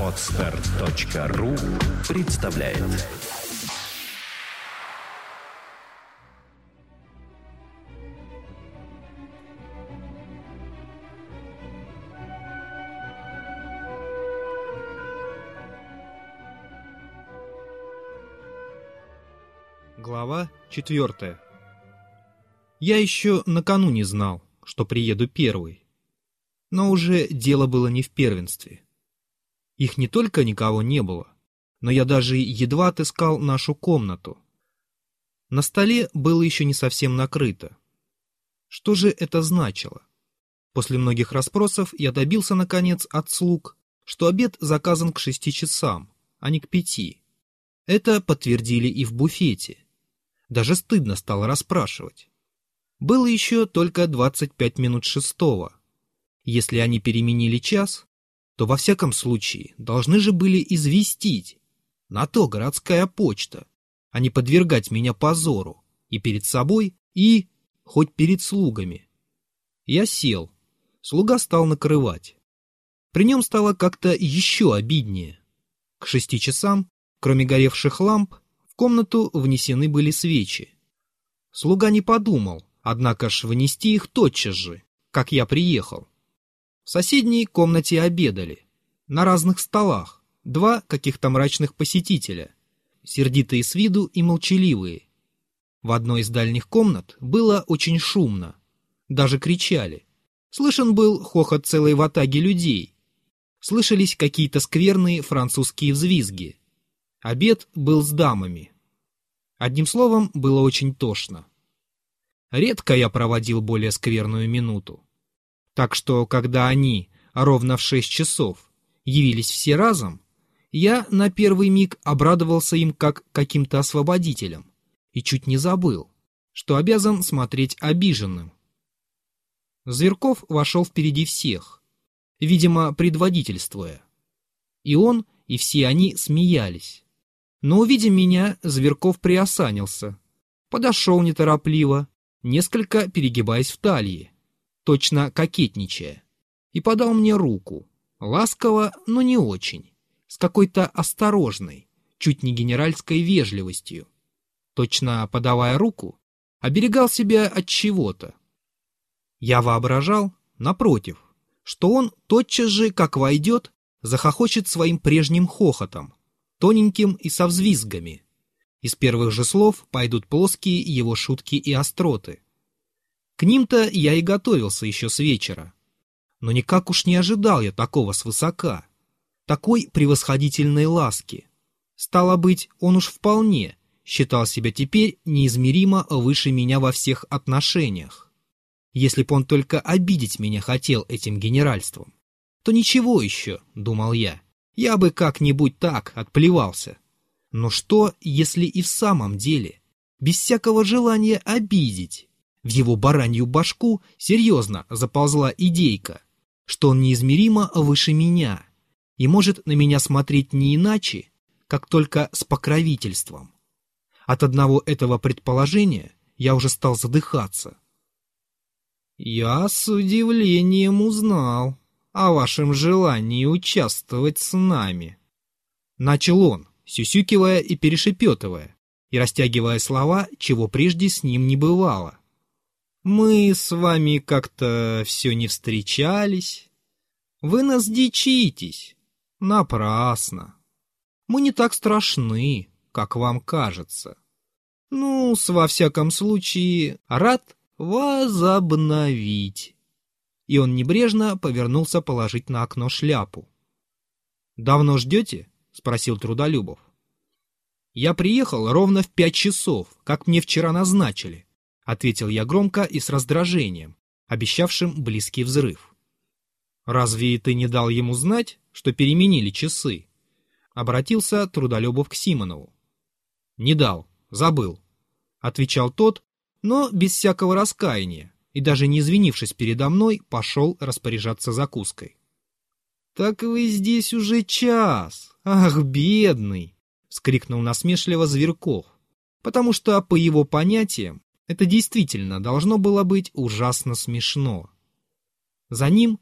Podster.ru представляет. Глава 4. Я еще накануне знал, что приеду первый. Но уже дело было не в первенстве. Их не только никого не было, но я даже едва отыскал нашу комнату. На столе было еще не совсем накрыто. Что же это значило? После многих расспросов я добился, наконец, от слуг, что обед заказан к 6 часам, а не к 5. Это подтвердили и в буфете. Даже стыдно стало расспрашивать. Было еще только 25 минут 6. Если они переменили час, то во всяком случае должны же были известить. На то городская почта, а не подвергать меня позору и перед собой, и хоть перед слугами. Я сел. Слуга стал накрывать. При нем стало как-то еще обиднее. К 6 часам, кроме горевших ламп, в комнату внесены были свечи. Слуга не подумал, однако ж внести их тотчас же, как я приехал. В соседней комнате обедали. На разных столах 2 каких-то мрачных посетителя, сердитые с виду и молчаливые. В одной из дальних комнат было очень шумно. Даже кричали. Слышен был хохот целой ватаги людей. Слышались какие-то скверные французские взвизги. Обед был с дамами. Одним словом, было очень тошно. Редко я проводил более скверную минуту. Так что, когда они, ровно в 6 часов, явились все разом, я на первый миг обрадовался им как каким-то освободителем и чуть не забыл, что обязан смотреть обиженным. Зверков вошел впереди всех, видимо, предводительствуя. И он, и все они смеялись. Но, увидя меня, Зверков приосанился, подошел неторопливо, несколько перегибаясь в талии, точно кокетничая, и подал мне руку, ласково, но не очень, с какой-то осторожной, чуть не генеральской вежливостью. Точно подавая руку, оберегал себя от чего-то. Я воображал, напротив, что он тотчас же, как войдет, захохочет своим прежним хохотом, тоненьким и со взвизгами. Из первых же слов пойдут плоские его шутки и остроты. К ним-то я и готовился еще с вечера. Но никак уж не ожидал я такого свысока, такой превосходительной ласки. Стало быть, он уж вполне считал себя теперь неизмеримо выше меня во всех отношениях. Если б он только обидеть меня хотел этим генеральством, то ничего еще, думал я бы как-нибудь так отплевался. Но что, если и в самом деле, без всякого желания обидеть, в его баранью башку серьезно заползла идейка, что он неизмеримо выше меня и может на меня смотреть не иначе, как только с покровительством. От одного этого предположения я уже стал задыхаться. «Я с удивлением узнал о вашем желании участвовать с нами», — начал он, сюсюкивая и перешепетывая, и растягивая слова, чего прежде с ним не бывало. «Мы с вами как-то все не встречались. Вы нас дичитесь. Напрасно. Мы не так страшны, как вам кажется. Ну-с, во всяком случае, рад возобновить». И он небрежно повернулся положить на окно шляпу. «Давно ждете?» — спросил Трудолюбов. «Я приехал ровно в 5 часов, как мне вчера назначили», — ответил я громко и с раздражением, обещавшим близкий взрыв. «Разве ты не дал ему знать, что переменили часы?» — обратился Трудолюбов к Симонову. «Не дал, забыл», — отвечал тот, но без всякого раскаяния, и даже не извинившись передо мной, пошел распоряжаться закуской. «Так вы здесь уже час! Ах, бедный!» — вскрикнул насмешливо Зверков, потому что, по его понятиям, это действительно должно было быть ужасно смешно. За ним,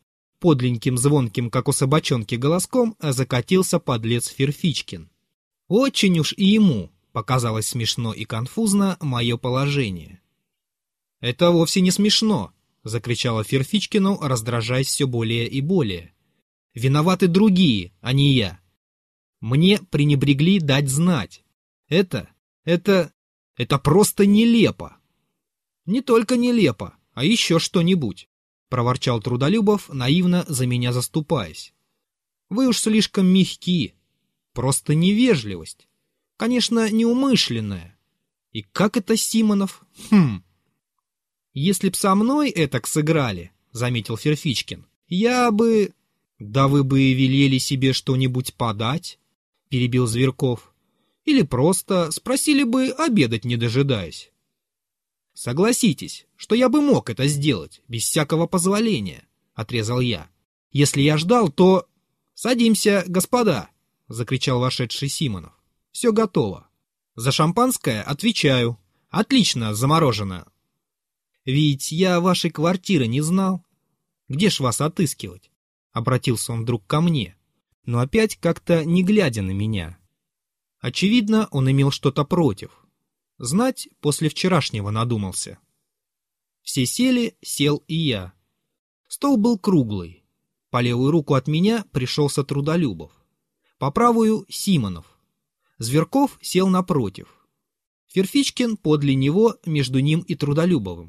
подленьким звонким, как у собачонки, голоском закатился подлец Ферфичкин. Очень уж и ему показалось смешно и конфузно мое положение. «Это вовсе не смешно!» — закричала Ферфичкину, раздражаясь все более и более. «Виноваты другие, а не я. Мне пренебрегли дать знать. Это просто нелепо!» «Не только нелепо, а еще что-нибудь», — проворчал Трудолюбов, наивно за меня заступаясь. «Вы уж слишком мягки. Просто невежливость. Конечно, неумышленная. И как это Симонов? Если б со мной этак сыграли, — заметил Ферфичкин, — я бы... Да вы бы и велели себе что-нибудь подать, — перебил Зверков. Или просто спросили бы обедать, не дожидаясь. Согласитесь, что я бы мог это сделать, без всякого позволения, — отрезал я. Если я ждал, то... Садимся, господа, — закричал вошедший Симонов. Все готово. За шампанское отвечаю. Отлично заморожено. Ведь я вашей квартиры не знал. Где ж вас отыскивать? Обратился он вдруг ко мне, но опять как-то не глядя на меня. Очевидно, он имел что-то против. Знать после вчерашнего надумался. Все сели, сел и я. Стол был круглый. По левую руку от меня пришелся Трудолюбов. По правую — Симонов. Зверков сел напротив. Ферфичкин подле него, между ним и Трудолюбовым.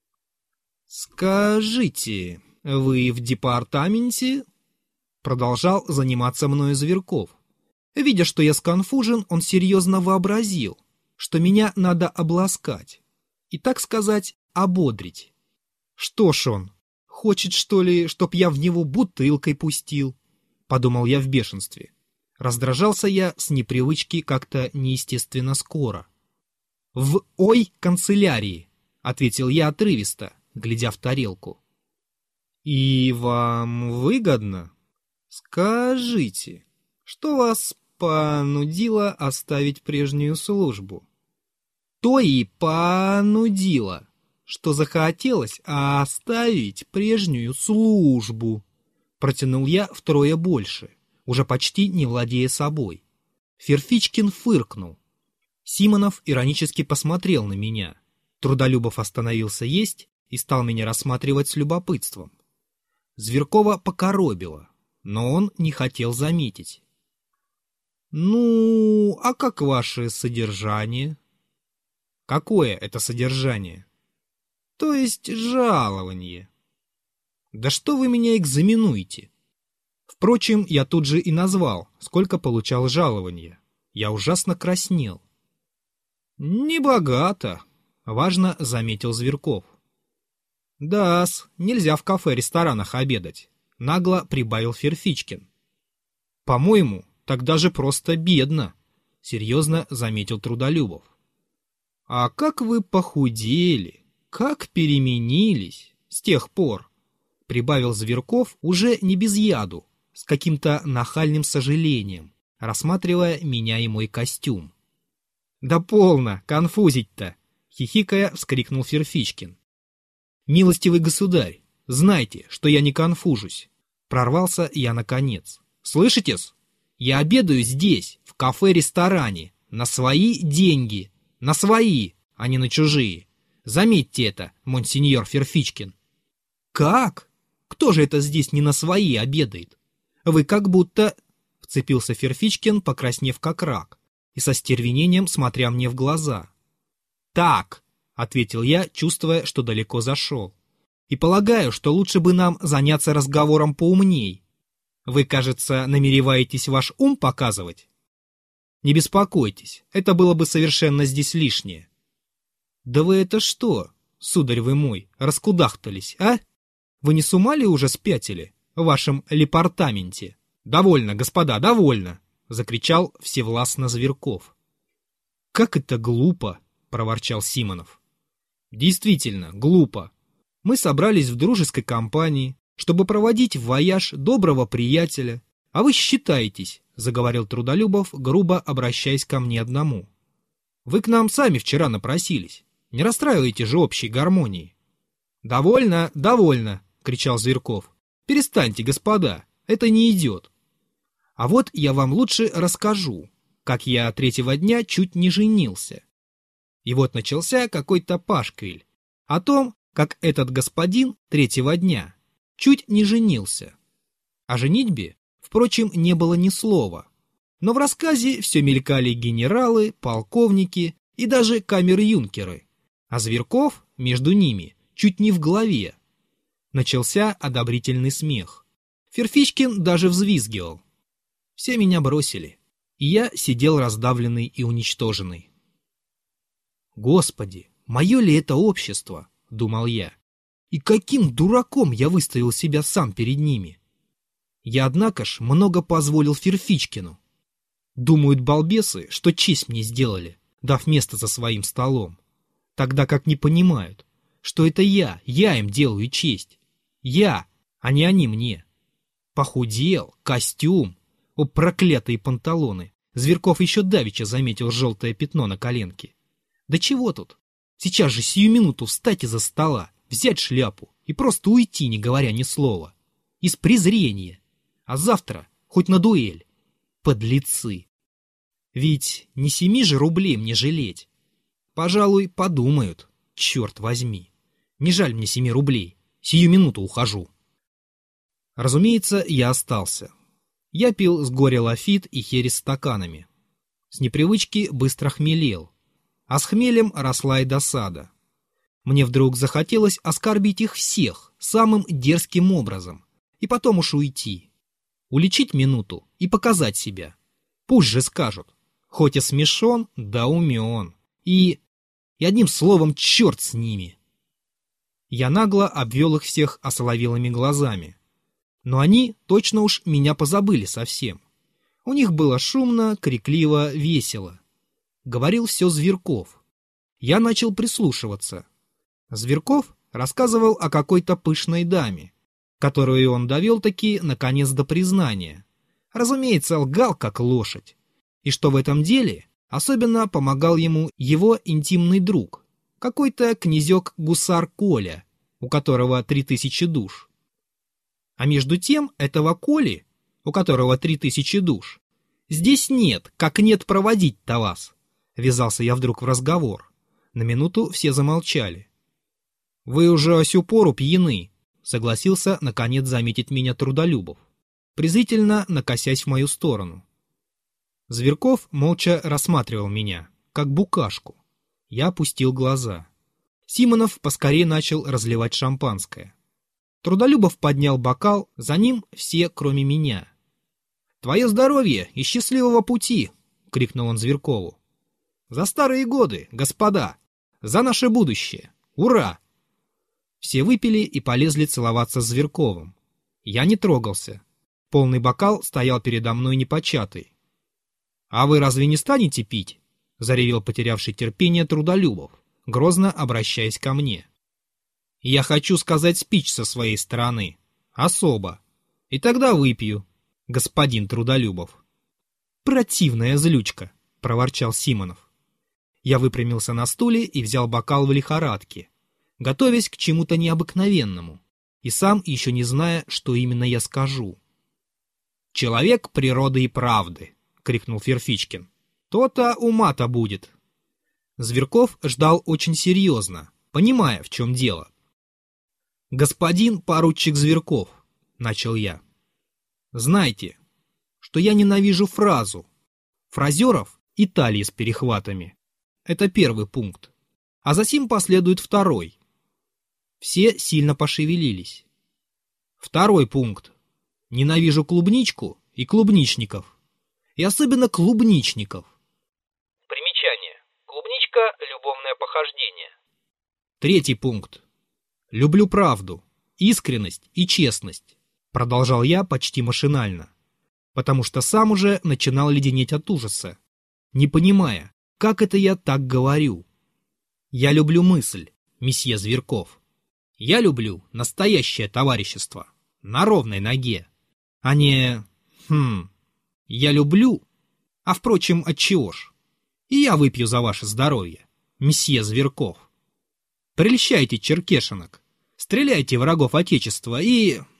«Скажите, вы в департаменте?» Продолжал заниматься мною Зверков. Видя, что я сконфужен, он серьезно вообразил, что меня надо обласкать и, так сказать, ободрить. Что ж он, хочет, что ли, чтоб я в него бутылкой пустил? Подумал я в бешенстве. Раздражался я с непривычки как-то неестественно скоро. «В канцелярии», — ответил я отрывисто, глядя в тарелку. «И вам выгодно? Скажите, что вас понудило оставить прежнюю службу?» «То и понудило, что захотелось оставить прежнюю службу», — протянул я втрое больше, уже почти не владея собой. Ферфичкин фыркнул. Симонов иронически посмотрел на меня. Трудолюбов остановился есть и стал меня рассматривать с любопытством. Зверкова покоробило, но он не хотел заметить. «Ну, а как ваше содержание?» «Какое это содержание?» «То есть жалование». «Да что вы меня экзаменуете?» Впрочем, я тут же и назвал, сколько получал жалования. Я ужасно краснел. «Небогато», — важно заметил Зверков. «Да-с, нельзя в кафе-ресторанах обедать», — нагло прибавил Ферфичкин. «По-моему, так даже просто бедно», — серьезно заметил Трудолюбов. «А как вы похудели, как переменились с тех пор», — прибавил Зверков уже не без яду, с каким-то нахальным сожалением, рассматривая меня и мой костюм. «Да полно, конфузить-то!» — хихикая, вскрикнул Ферфичкин. «Милостивый государь, знайте, что я не конфужусь!» Прорвался я наконец. «Слышите-с? Я обедаю здесь, в кафе-ресторане, на свои деньги, на свои, а не на чужие. Заметьте это, монсеньор Ферфичкин». «Как? Кто же это здесь не на свои обедает? Вы как будто...» — вцепился Ферфичкин, покраснев как рак, и со стервенением смотря мне в глаза. «Так», — ответил я, чувствуя, что далеко зашел, «и полагаю, что лучше бы нам заняться разговором поумней. Вы, кажется, намереваетесь ваш ум показывать? Не беспокойтесь, это было бы совершенно здесь лишнее». «Да вы это что, сударь вы мой, раскудахтались, а? Вы не с ума ли уже спятили в вашем лепартаменте?» «Довольно, господа, довольно!» — закричал всевластно Зверков. «Как это глупо!» — проворчал Симонов. «Действительно, глупо. Мы собрались в дружеской компании, чтобы проводить в вояж доброго приятеля, а вы считаетесь, — заговорил Трудолюбов, грубо обращаясь ко мне одному. Вы к нам сами вчера напросились, не расстраивайте же общей гармонии». «Довольно, довольно!» — кричал Зверков. Перестаньте, господа, это не идет. А вот я вам лучше расскажу, как я третьего дня чуть не женился. И вот начался какой-то пашквиль о том, как этот господин третьего дня чуть не женился. О женитьбе, впрочем, не было ни слова. Но в рассказе все мелькали генералы, полковники и даже камер-юнкеры, а Зверков между ними чуть не в главе. Начался одобрительный смех. Ферфичкин даже взвизгивал. Все меня бросили, и я сидел раздавленный и уничтоженный. «Господи, мое ли это общество?» — думал я. «И каким дураком я выставил себя сам перед ними? Я, однако ж, много позволил Ферфичкину. Думают балбесы, что честь мне сделали, дав место за своим столом, тогда как не понимают, что это я им делаю честь. Я, а не они мне. Похудел, костюм, о, проклятые панталоны!» Зверков еще давеча заметил желтое пятно на коленке. «Да чего тут? Сейчас же сию минуту встать из-за стола, взять шляпу и просто уйти, не говоря ни слова. Из презрения. А завтра хоть на дуэль. Подлецы! Ведь не 7 же рублей мне жалеть. Пожалуй, подумают, черт возьми. Не жаль мне 7 рублей, сию минуту ухожу». Разумеется, я остался. Я пил с горя лафит и херес стаканами. С непривычки быстро хмелел, а с хмелем росла и досада. Мне вдруг захотелось оскорбить их всех самым дерзким образом и потом уж уйти. Уличить минуту и показать себя. Пусть же скажут, хоть и смешон, да умен. И одним словом, черт с ними. Я нагло обвел их всех осоловелыми глазами. Но они точно уж меня позабыли совсем. У них было шумно, крикливо, весело. Говорил все Зверков. Я начал прислушиваться. Зверков рассказывал о какой-то пышной даме, которую он довел-таки, наконец, до признания. Разумеется, лгал как лошадь. И что в этом деле особенно помогал ему его интимный друг, какой-то князек-гусар Коля, у которого 3000 душ. А между тем этого Коли, у которого 3000 душ, здесь нет, как нет проводить-то вас. Ввязался я вдруг в разговор. На минуту все замолчали. «Вы уже о сю пору пьяны», — согласился наконец заметить меня Трудолюбов, презрительно накосясь в мою сторону. Зверков молча рассматривал меня, как букашку. Я опустил глаза. Симонов поскорее начал разливать шампанское. Трудолюбов поднял бокал, за ним все, кроме меня. «Твое здоровье и счастливого пути!» — крикнул он Зверкову. «За старые годы, господа! За наше будущее! Ура!» Все выпили и полезли целоваться с Зверковым. Я не трогался. Полный бокал стоял передо мной непочатый. «А вы разве не станете пить?» — заревел потерявший терпение Трудолюбов, грозно обращаясь ко мне. «Я хочу сказать спич со своей стороны. Особо. И тогда выпью, господин Трудолюбов». «Противная злючка», — проворчал Симонов. Я выпрямился на стуле и взял бокал в лихорадке, готовясь к чему-то необыкновенному, и сам еще не зная, что именно я скажу. «Человек природы и правды», — крикнул Ферфичкин. «То-то ума-то будет». Зверков ждал очень серьезно, понимая, в чем дело. «Господин поручик Зверков», — начал я, — «знайте, что я ненавижу фразу, фразеров и талии с перехватами. Это первый пункт, а затем последует второй». Все сильно пошевелились. Второй пункт. Ненавижу клубничку и клубничников. И особенно клубничников. Примечание. Клубничка – любовное похождение. Третий пункт. Люблю правду, искренность и честность. Продолжал я почти машинально, потому что сам уже начинал леденеть от ужаса, не понимая, как это я так говорю. Я люблю мысль, месье Зверков. Я люблю настоящее товарищество, на ровной ноге, а не... Я люблю... А впрочем, отчего ж? И я выпью за ваше здоровье, месье Зверков. Прельщайте черкешенок, стреляйте врагов Отечества и...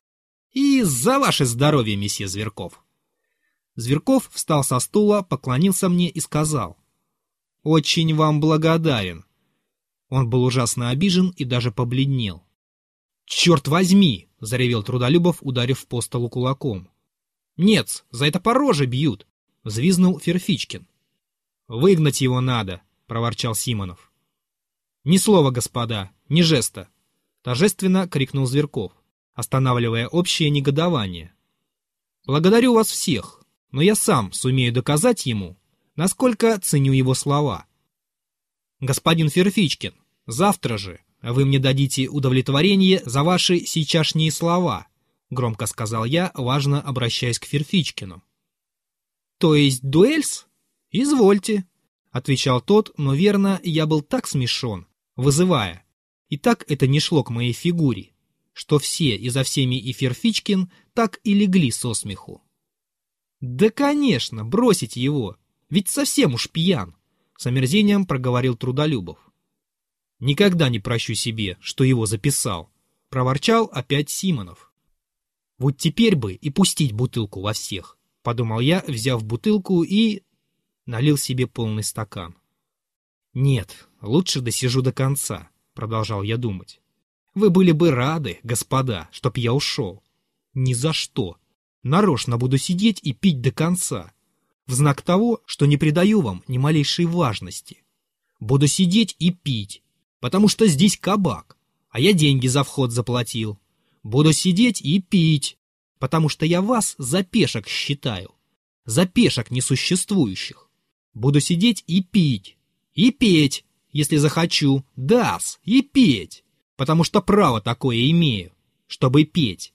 И за ваше здоровье, месье Зверков. Зверков встал со стула, поклонился мне и сказал: «Очень вам благодарен». Он был ужасно обижен и даже побледнел. «Черт возьми!» — заревел Трудолюбов, ударив по столу кулаком. «Нет, за это по роже бьют!» — взвизнул Ферфичкин. «Выгнать его надо!» — проворчал Симонов. «Ни слова, господа, ни жеста!» — торжественно крикнул Зверков, останавливая общее негодование. «Благодарю вас всех, но я сам сумею доказать ему, насколько ценю его слова. Господин Ферфичкин, завтра же вы мне дадите удовлетворение за ваши сейчасшние слова», — громко сказал я, важно обращаясь к Ферфичкину. «То есть дуэльс? Извольте», — отвечал тот, но верно, я был так смешон, вызывая, и так это не шло к моей фигуре, что все и за всеми и Ферфичкин так и легли со смеху. «Да, конечно, бросить его, ведь совсем уж пьян», — с омерзением проговорил Трудолюбов. «Никогда не прощу себе, что его записал», — проворчал опять Симонов. «Вот теперь бы и пустить бутылку во всех», — подумал я, взяв бутылку и... налил себе полный стакан. «Нет, лучше досижу до конца», — продолжал я думать. «Вы были бы рады, господа, чтоб я ушел. Ни за что. Нарочно буду сидеть и пить до конца, в знак того, что не придаю вам ни малейшей важности. Буду сидеть и пить, потому что здесь кабак, а я деньги за вход заплатил. Буду сидеть и пить, потому что я вас за пешек считаю, за пешек несуществующих. Буду сидеть и пить, и петь, если захочу, да-с, и петь, потому что право такое имею, чтобы петь.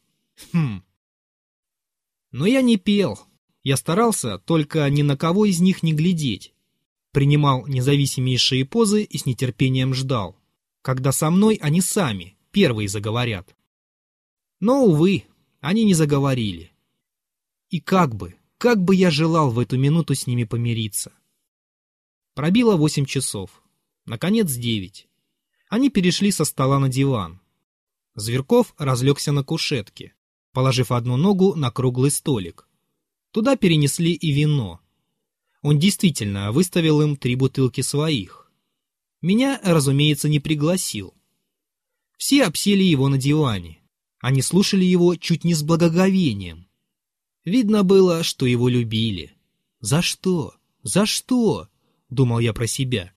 Но я не пел, я старался только ни на кого из них не глядеть, принимал независимейшие позы и с нетерпением ждал, когда со мной они сами, первые, заговорят. Но, увы, они не заговорили. И как бы я желал в эту минуту с ними помириться. Пробило 8 часов, наконец 9. Они перешли со стола на диван. Зверков разлегся на кушетке, положив одну ногу на круглый столик. Туда перенесли и вино. Он действительно выставил им 3 бутылки своих. Меня, разумеется, не пригласил. Все обсели его на диване. Они слушали его чуть не с благоговением. Видно было, что его любили. «За что? За что?» — думал я про себя.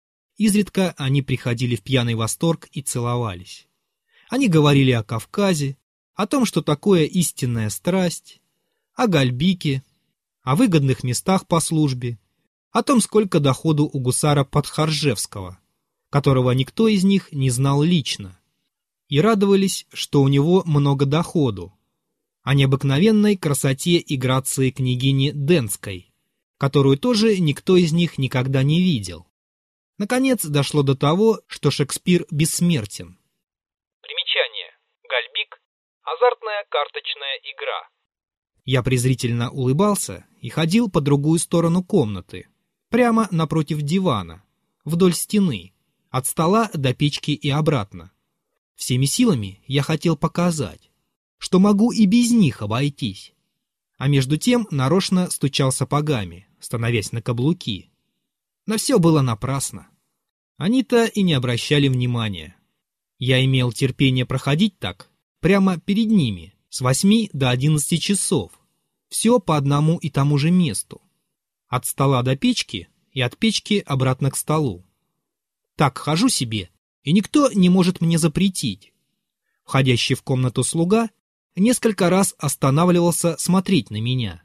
Изредка они приходили в пьяный восторг и целовались. Они говорили о Кавказе, о том, что такое истинная страсть, о Гальбике, о выгодных местах по службе, о том, сколько доходу у гусара Подхоржевского, которого никто из них не знал лично, и радовались, что у него много доходу, о необыкновенной красоте и грации княгини Денской, которую тоже никто из них никогда не видел. Наконец дошло до того, что Шекспир бессмертен. Примечание. Гальбик – азартная карточная игра. Я презрительно улыбался и ходил по другую сторону комнаты, прямо напротив дивана, вдоль стены, от стола до печки и обратно. Всеми силами я хотел показать, что могу и без них обойтись. А между тем нарочно стучал сапогами, становясь на каблуки. Но все было напрасно. Они-то и не обращали внимания. Я имел терпение проходить так, прямо перед ними, с 8 до 11 часов. Все по одному и тому же месту. От стола до печки и от печки обратно к столу. Так хожу себе, и никто не может мне запретить. Входящий в комнату слуга несколько раз останавливался смотреть на меня.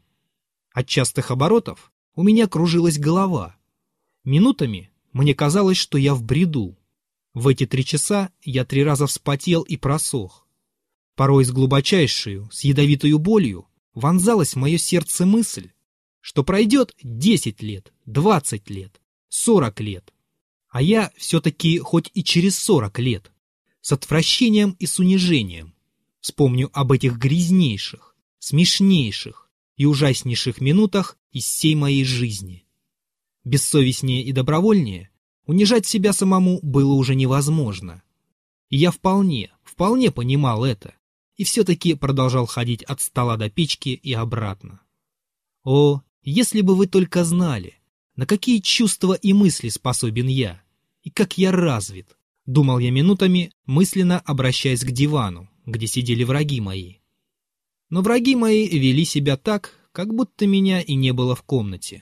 От частых оборотов у меня кружилась голова. Минутами мне казалось, что я в бреду. В эти 3 часа я 3 раза вспотел и просох. Порой с глубочайшую, с ядовитою болью вонзалась в мое сердце мысль, что пройдет 10 лет, 20 лет, 40 лет. А я все-таки хоть и через 40 лет, с отвращением и с унижением, вспомню об этих грязнейших, смешнейших и ужаснейших минутах из всей моей жизни. Бессовестнее и добровольнее унижать себя самому было уже невозможно. И я вполне понимал это, и все-таки продолжал ходить от стола до печки и обратно. О, если бы вы только знали, на какие чувства и мысли способен я, и как я развит, думал я минутами, мысленно обращаясь к дивану, где сидели враги мои. Но враги мои вели себя так, как будто меня и не было в комнате.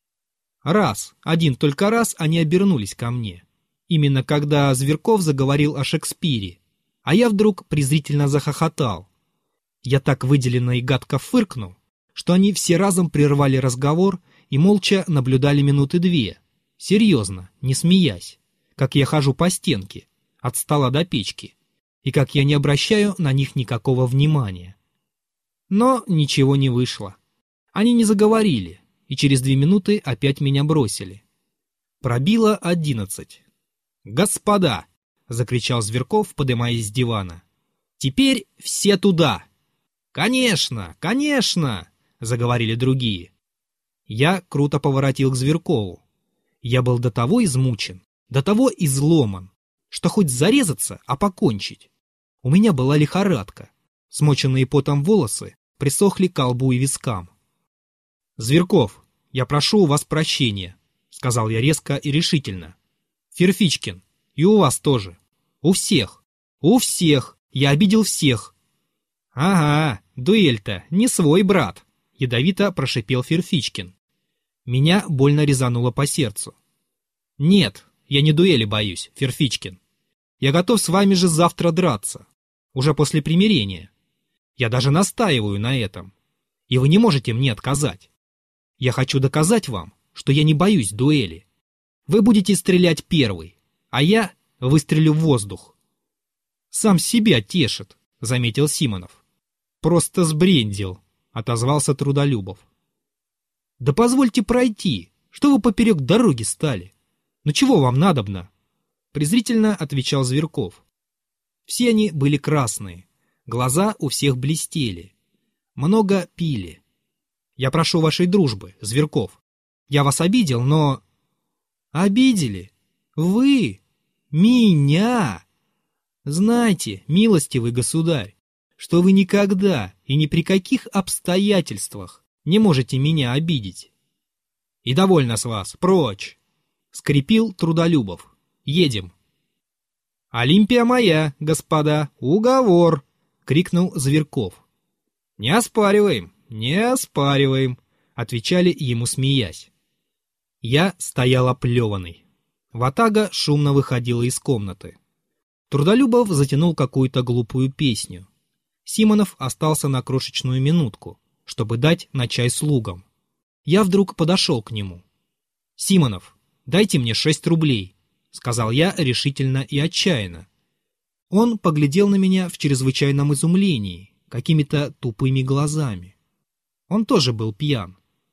Один только раз они обернулись ко мне, именно когда Зверков заговорил о Шекспире, а я вдруг презрительно захохотал. Я так выделенно и гадко фыркнул, что они все разом прервали разговор и молча наблюдали минуты 2, серьезно, не смеясь, как я хожу по стенке, от стола до печки, и как я не обращаю на них никакого внимания. Но ничего не вышло. Они не заговорили, и через 2 минуты опять меня бросили. Пробило 11. «Господа!» — закричал Зверков, подымаясь с дивана. «Теперь все туда!» «Конечно, конечно!» — заговорили другие. Я круто поворотил к Зверкову. Я был до того измучен, до того изломан, что хоть зарезаться, а покончить. У меня была лихорадка. Смоченные потом волосы присохли к колбу и вискам. «Зверков, я прошу у вас прощения», — сказал я резко и решительно. «Ферфичкин, и у вас тоже. У всех. У всех. Я обидел всех». «Ага, дуэль-то не свой брат», — ядовито прошипел Ферфичкин. Меня больно резануло по сердцу. «Нет, я не дуэли боюсь, Ферфичкин. Я готов с вами же завтра драться. Уже после примирения. Я даже настаиваю на этом. И вы не можете мне отказать. Я хочу доказать вам, что я не боюсь дуэли. Вы будете стрелять первый, а я выстрелю в воздух». «Сам себя тешит», — заметил Симонов. «Просто сбрендил», — отозвался Трудолюбов. «Да позвольте пройти, что вы поперек дороги стали? Ну чего вам надобно?» Презрительно отвечал Зверков. Все они были красные, глаза у всех блестели. Много пили. «Я прошу вашей дружбы, Зверков. Я вас обидел, но...» «Обидели? Вы? Меня? Знайте, милостивый государь, что вы никогда и ни при каких обстоятельствах не можете меня обидеть. И довольно с вас, прочь!» — скрипел Трудолюбов. «Едем!» «Олимпия моя, господа, уговор!» — крикнул Зверков. «Не оспариваем, не оспариваем!» — отвечали ему, смеясь. Я стоял оплеванный. Ватага шумно выходила из комнаты. Трудолюбов затянул какую-то глупую песню. Симонов остался на крошечную минутку, чтобы дать на чай слугам. Я вдруг подошел к нему. «Симонов, дайте мне 6 рублей», — сказал я решительно и отчаянно. Он поглядел на меня в чрезвычайном изумлении, какими-то тупыми глазами. Он тоже был пьян.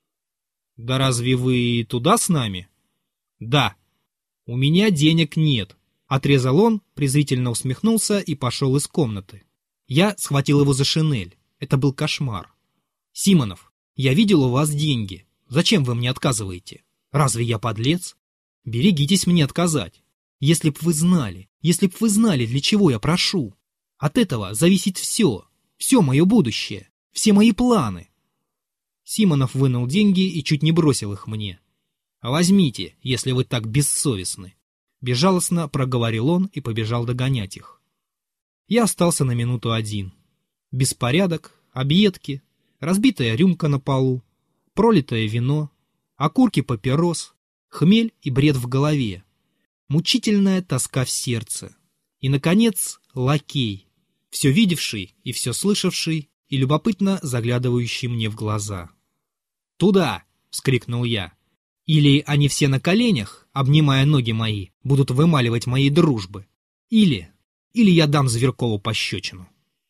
«Да разве вы туда с нами?» «Да». «У меня денег нет», — отрезал он, презрительно усмехнулся и пошел из комнаты. Я схватил его за шинель. Это был кошмар. «Симонов, я видел у вас деньги. Зачем вы мне отказываете? Разве я подлец? Берегитесь мне отказать. Если б вы знали, для чего я прошу. От этого зависит все мое будущее, все мои планы». Симонов вынул деньги и чуть не бросил их мне. «Возьмите, если вы так бессовестны», — безжалостно проговорил он и побежал догонять их. Я остался на минуту один. Беспорядок, объедки, разбитая рюмка на полу, пролитое вино, окурки папирос, хмель и бред в голове, мучительная тоска в сердце и, наконец, лакей, все видевший и все слышавший и любопытно заглядывающий мне в глаза. «Туда!» — вскрикнул я. «Или они все на коленях, обнимая ноги мои, будут вымаливать моей дружбы, или я дам Зверкову пощечину».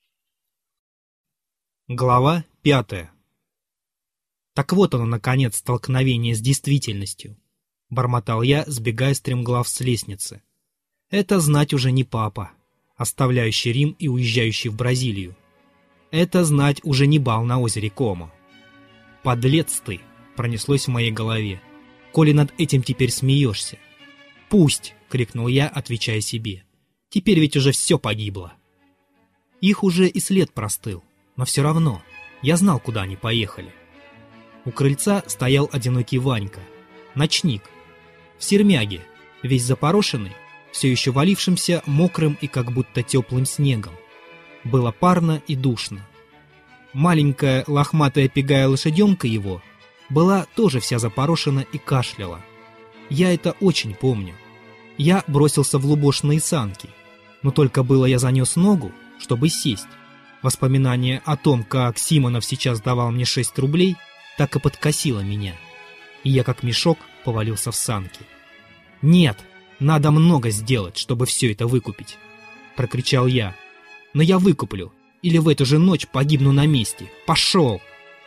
Глава 5. Так вот оно, наконец, столкновение с действительностью. Бормотал я, сбегая стремглав с лестницы. Это знать уже не папа, оставляющий Рим и уезжающий в Бразилию. Это знать уже не бал на озере Комо. «Подлец ты!» — пронеслось в моей голове. «Коли над этим теперь смеешься». «Пусть!» — крикнул я, отвечая себе. «Теперь ведь уже все погибло». Их уже и след простыл, но все равно я знал, куда они поехали. У крыльца стоял одинокий Ванька, ночник, в сермяге, весь запорошенный, все еще валившимся мокрым и как будто теплым снегом. Было парно и душно. Маленькая лохматая пегая лошаденка его была тоже вся запорошена и кашляла. Я это очень помню. Я бросился в лубошные санки, но только было я занес ногу, чтобы сесть. Воспоминание о том, как Симонов сейчас давал мне 6 рублей, так и подкосило меня. И я как мешок повалился в санки. «Нет, надо много сделать, чтобы все это выкупить», — прокричал я. «Но я выкуплю, или в эту же ночь погибну на месте. Пошел!»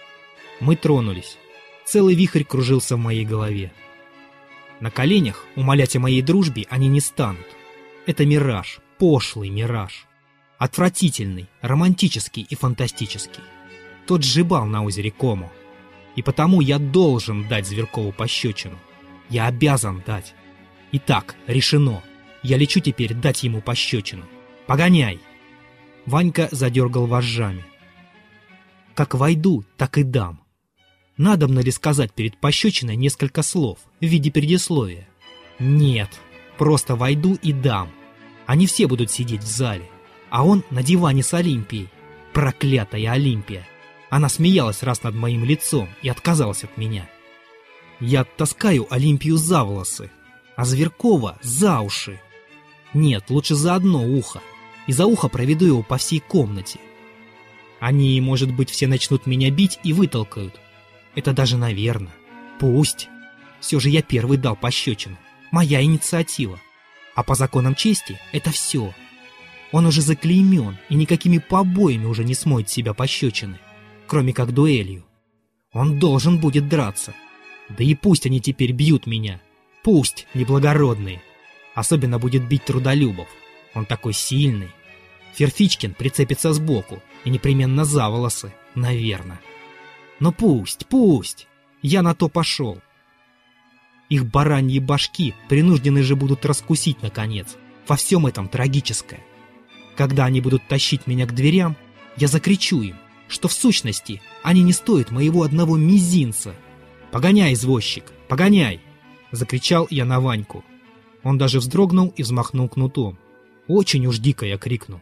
Мы тронулись. Целый вихрь кружился в моей голове. На коленях умолять о моей дружбе они не станут. Это мираж, пошлый мираж. Отвратительный, романтический и фантастический. Тот сжибал на озере Комо. И потому я должен дать Зверкову пощечину. Я обязан дать. Итак, решено. Я лечу теперь дать ему пощечину. Погоняй! Ванька задергал вожжами. Как войду, так и дам. Надобно ли сказать перед пощечиной несколько слов в виде предисловия? Нет, просто войду и дам. Они все будут сидеть в зале, а он на диване с Олимпией. Проклятая Олимпия! Она смеялась раз над моим лицом и отказалась от меня. Я оттаскаю Олимпию за волосы, а Зверкова за уши. Нет, лучше за одно ухо, и за ухо проведу его по всей комнате. Они, может быть, все начнут меня бить и вытолкают. Это даже наверно. Пусть. Все же я первый дал пощечину. Моя инициатива. А по законам чести это все. Он уже заклеймен, и никакими побоями уже не смоет себя пощечины, кроме как дуэлью. Он должен будет драться. Да и пусть они теперь бьют меня. Пусть, неблагородные. Особенно будет бить Трудолюбов. Он такой сильный. Ферфичкин прицепится сбоку и непременно за волосы, наверно. Но пусть, пусть. Я на то пошел. Их бараньи башки принуждены же будут раскусить, наконец, во всем этом трагическое. Когда они будут тащить меня к дверям, я закричу им, что в сущности они не стоят моего одного мизинца. «Погоняй, извозчик, погоняй!» — закричал я на Ваньку. Он даже вздрогнул и взмахнул кнутом. Очень уж дико я крикнул.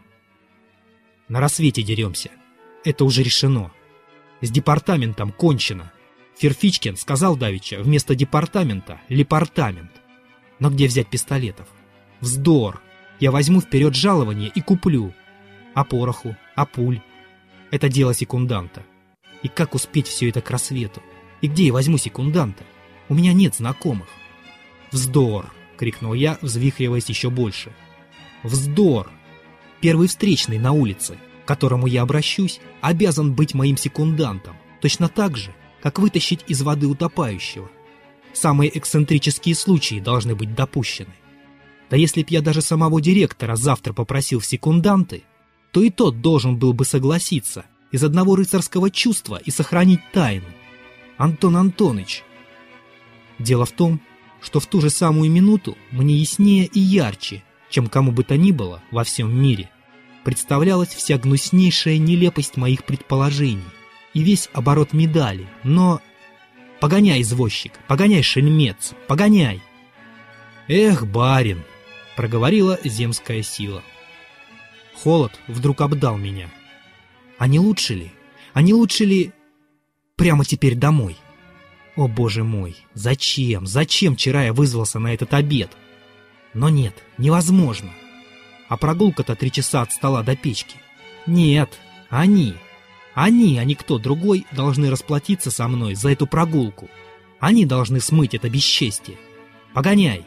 На рассвете деремся. Это уже решено. С департаментом кончено. Ферфичкин сказал давеча вместо департамента лепартамент. Но где взять пистолетов? Вздор! Я возьму вперед жалование и куплю. А пороху? А пуль? Это дело секунданта. И как успеть все это к рассвету? И где я возьму секунданта? У меня нет знакомых. Вздор! Крикнул я, взвихриваясь еще больше. Вздор! Первый встречный на улице, к которому я обращусь, обязан быть моим секундантом, точно так же, как вытащить из воды утопающего. Самые эксцентрические случаи должны быть допущены. Да если б я даже самого директора завтра попросил в секунданты, то и тот должен был бы согласиться из одного рыцарского чувства и сохранить тайну. Антон Антоныч. Дело в том, что в ту же самую минуту мне яснее и ярче, чем кому бы то ни было во всем мире, представлялась вся гнуснейшая нелепость моих предположений и весь оборот медали, но... Погоняй, извозчик, погоняй, шельмец, погоняй! Эх, барин, проговорила земская сила. Холод вдруг обдал меня. А не лучше ли прямо теперь домой? О, боже мой, зачем вчера я вызвался на этот обед? Но нет, невозможно. А прогулка-то 3 часа от стола до печки. Нет, они, а не кто другой, должны расплатиться со мной за эту прогулку. Они должны смыть это бесчестие. Погоняй!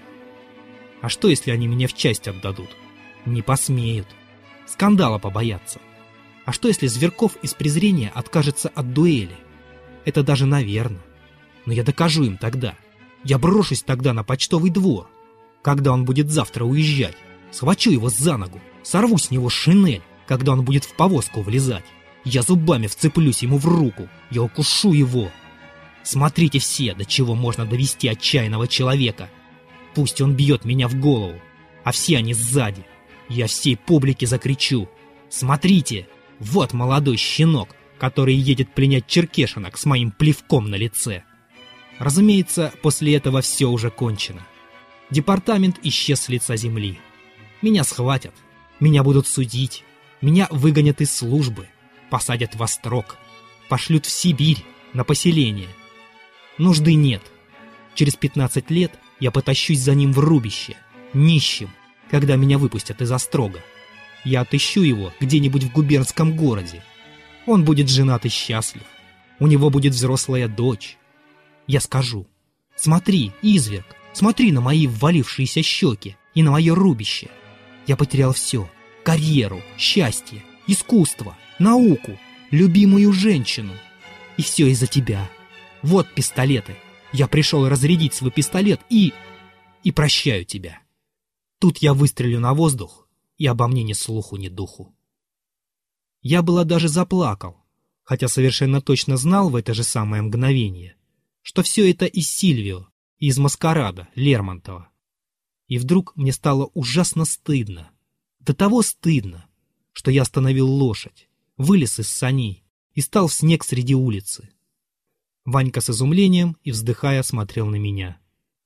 А что, если они меня в часть отдадут? Не посмеют. Скандала побоятся. А что, если Зверков из презрения откажется от дуэли? Это даже наверно. Но я докажу им тогда. Я брошусь тогда на почтовый двор. Когда он будет завтра уезжать, схвачу его за ногу, сорву с него шинель, когда он будет в повозку влезать. Я зубами вцеплюсь ему в руку, я укушу его. Смотрите все, до чего можно довести отчаянного человека. Пусть он бьет меня в голову, а все они сзади. Я всей публике закричу: Смотрите, вот молодой щенок, который едет пленять черкешенок с моим плевком на лице. Разумеется, после этого все уже кончено. Департамент исчез с лица земли. Меня схватят, меня будут судить, меня выгонят из службы, посадят во строк, пошлют в Сибирь, на поселение. Нужды нет. Через 15 лет я потащусь за ним в рубище, нищим, когда меня выпустят из острога. Я отыщу его где-нибудь в губернском городе. Он будет женат и счастлив. У него будет взрослая дочь. Я скажу: смотри, изверг, смотри на мои ввалившиеся щеки и на мое рубище. Я потерял все: карьеру, счастье, искусство, науку, любимую женщину. И все из-за тебя. Вот пистолеты. Я пришел разрядить свой пистолет и прощаю тебя. Тут я выстрелю на воздух, и обо мне ни слуху, ни духу. Я было даже заплакал, хотя совершенно точно знал в это же самое мгновение, что все это из Сильвио, из «Маскарада» Лермонтова. И вдруг мне стало ужасно стыдно. До того стыдно, что я остановил лошадь, вылез из саней и стал в снег среди улицы. Ванька с изумлением и вздыхая смотрел на меня.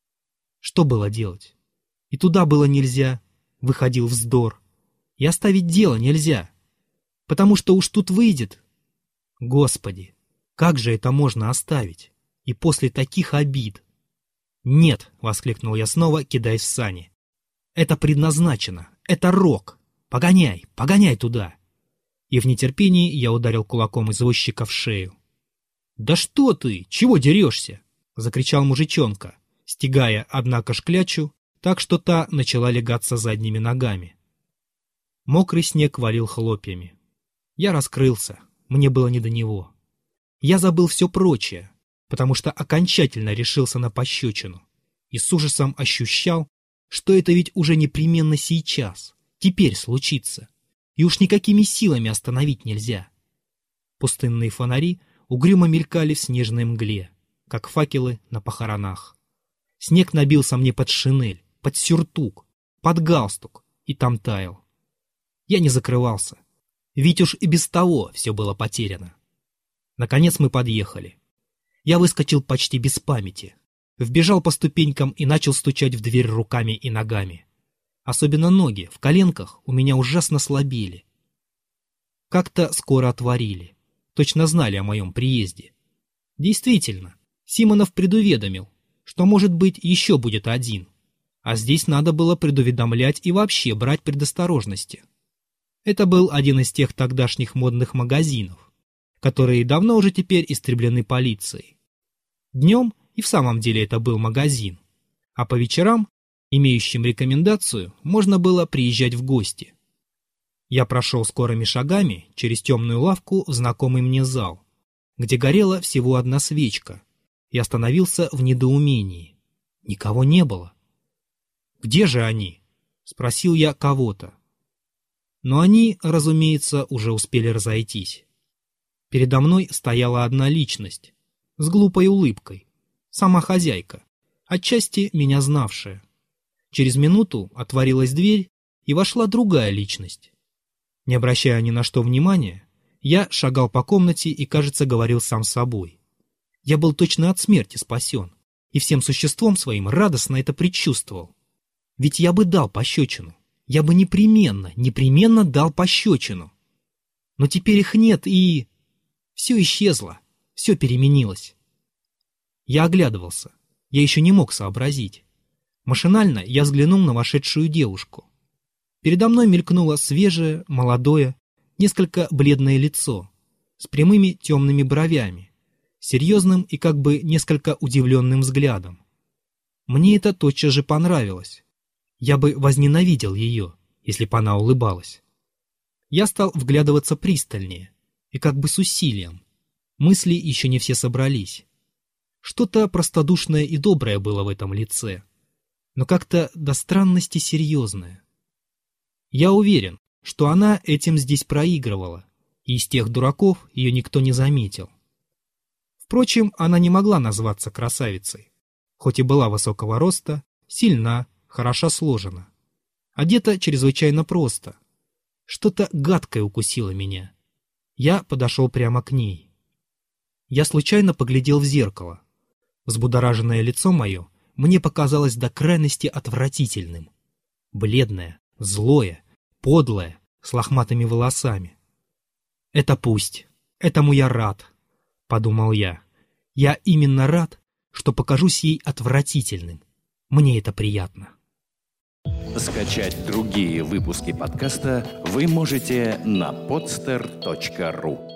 Что было делать? И туда было нельзя, выходил вздор. И оставить дело нельзя, потому что уж тут выйдет. Господи, как же это можно оставить? И после таких обид. «Нет!» — воскликнул я снова, кидаясь в сани. «Это предназначено! Это рок! Погоняй! Погоняй туда!» И в нетерпении я ударил кулаком извозчика в шею. «Да что ты? Чего дерешься?» — закричал мужичонка, стягая, однако, шклячу, так что та начала легаться задними ногами. Мокрый снег валил хлопьями. Я раскрылся, мне было не до него. Я забыл все прочее, потому что окончательно решился на пощечину и с ужасом ощущал, что это ведь уже непременно сейчас, теперь случится, и уж никакими силами остановить нельзя. Пустынные фонари угрюмо мелькали в снежной мгле, как факелы на похоронах. Снег набился мне под шинель, под сюртук, под галстук и там таял. Я не закрывался, ведь уж и без того все было потеряно. Наконец мы подъехали. Я выскочил почти без памяти, вбежал по ступенькам и начал стучать в дверь руками и ногами. Особенно ноги в коленках у меня ужасно слабели. Как-то скоро отворили, точно знали о моем приезде. Действительно, Симонов предуведомил, что, может быть, еще будет один, а здесь надо было предуведомлять и вообще брать предосторожности. Это был один из тех тогдашних модных магазинов, которые давно уже теперь истреблены полицией. Днем и в самом деле это был магазин, а по вечерам, имеющим рекомендацию, можно было приезжать в гости. Я прошел скорыми шагами через темную лавку в знакомый мне зал, где горела всего одна свечка, и остановился в недоумении. Никого не было. «Где же они?» — спросил я кого-то. Но они, разумеется, уже успели разойтись. Передо мной стояла одна личность, с глупой улыбкой, сама хозяйка, отчасти меня знавшая. Через минуту отворилась дверь, и вошла другая личность. Не обращая ни на что внимания, я шагал по комнате и, кажется, говорил сам с собой. Я был точно от смерти спасен, и всем существом своим радостно это предчувствовал. Ведь я бы дал пощечину. Я бы непременно дал пощечину. Но теперь их нет, и... Все исчезло, все переменилось. Я оглядывался, я еще не мог сообразить. Машинально я взглянул на вошедшую девушку. Передо мной мелькнуло свежее, молодое, несколько бледное лицо, с прямыми темными бровями, серьезным и как бы несколько удивленным взглядом. Мне это тотчас же понравилось. Я бы возненавидел ее, если бы она улыбалась. Я стал вглядываться пристальнее и как бы с усилием. Мысли еще не все собрались. Что-то простодушное и доброе было в этом лице, но как-то до странности серьезное. Я уверен, что она этим здесь проигрывала, и из тех дураков ее никто не заметил. Впрочем, она не могла назваться красавицей, хоть и была высокого роста, сильна, хорошо сложена. Одета чрезвычайно просто. Что-то гадкое укусило меня. Я подошел прямо к ней. Я случайно поглядел в зеркало. Взбудораженное лицо мое мне показалось до крайности отвратительным. Бледное, злое, подлое, с лохматыми волосами. «Это пусть. Этому я рад», — подумал я. «Я именно рад, что покажусь ей отвратительным. Мне это приятно». Скачать другие выпуски подкаста вы можете на podster.ru.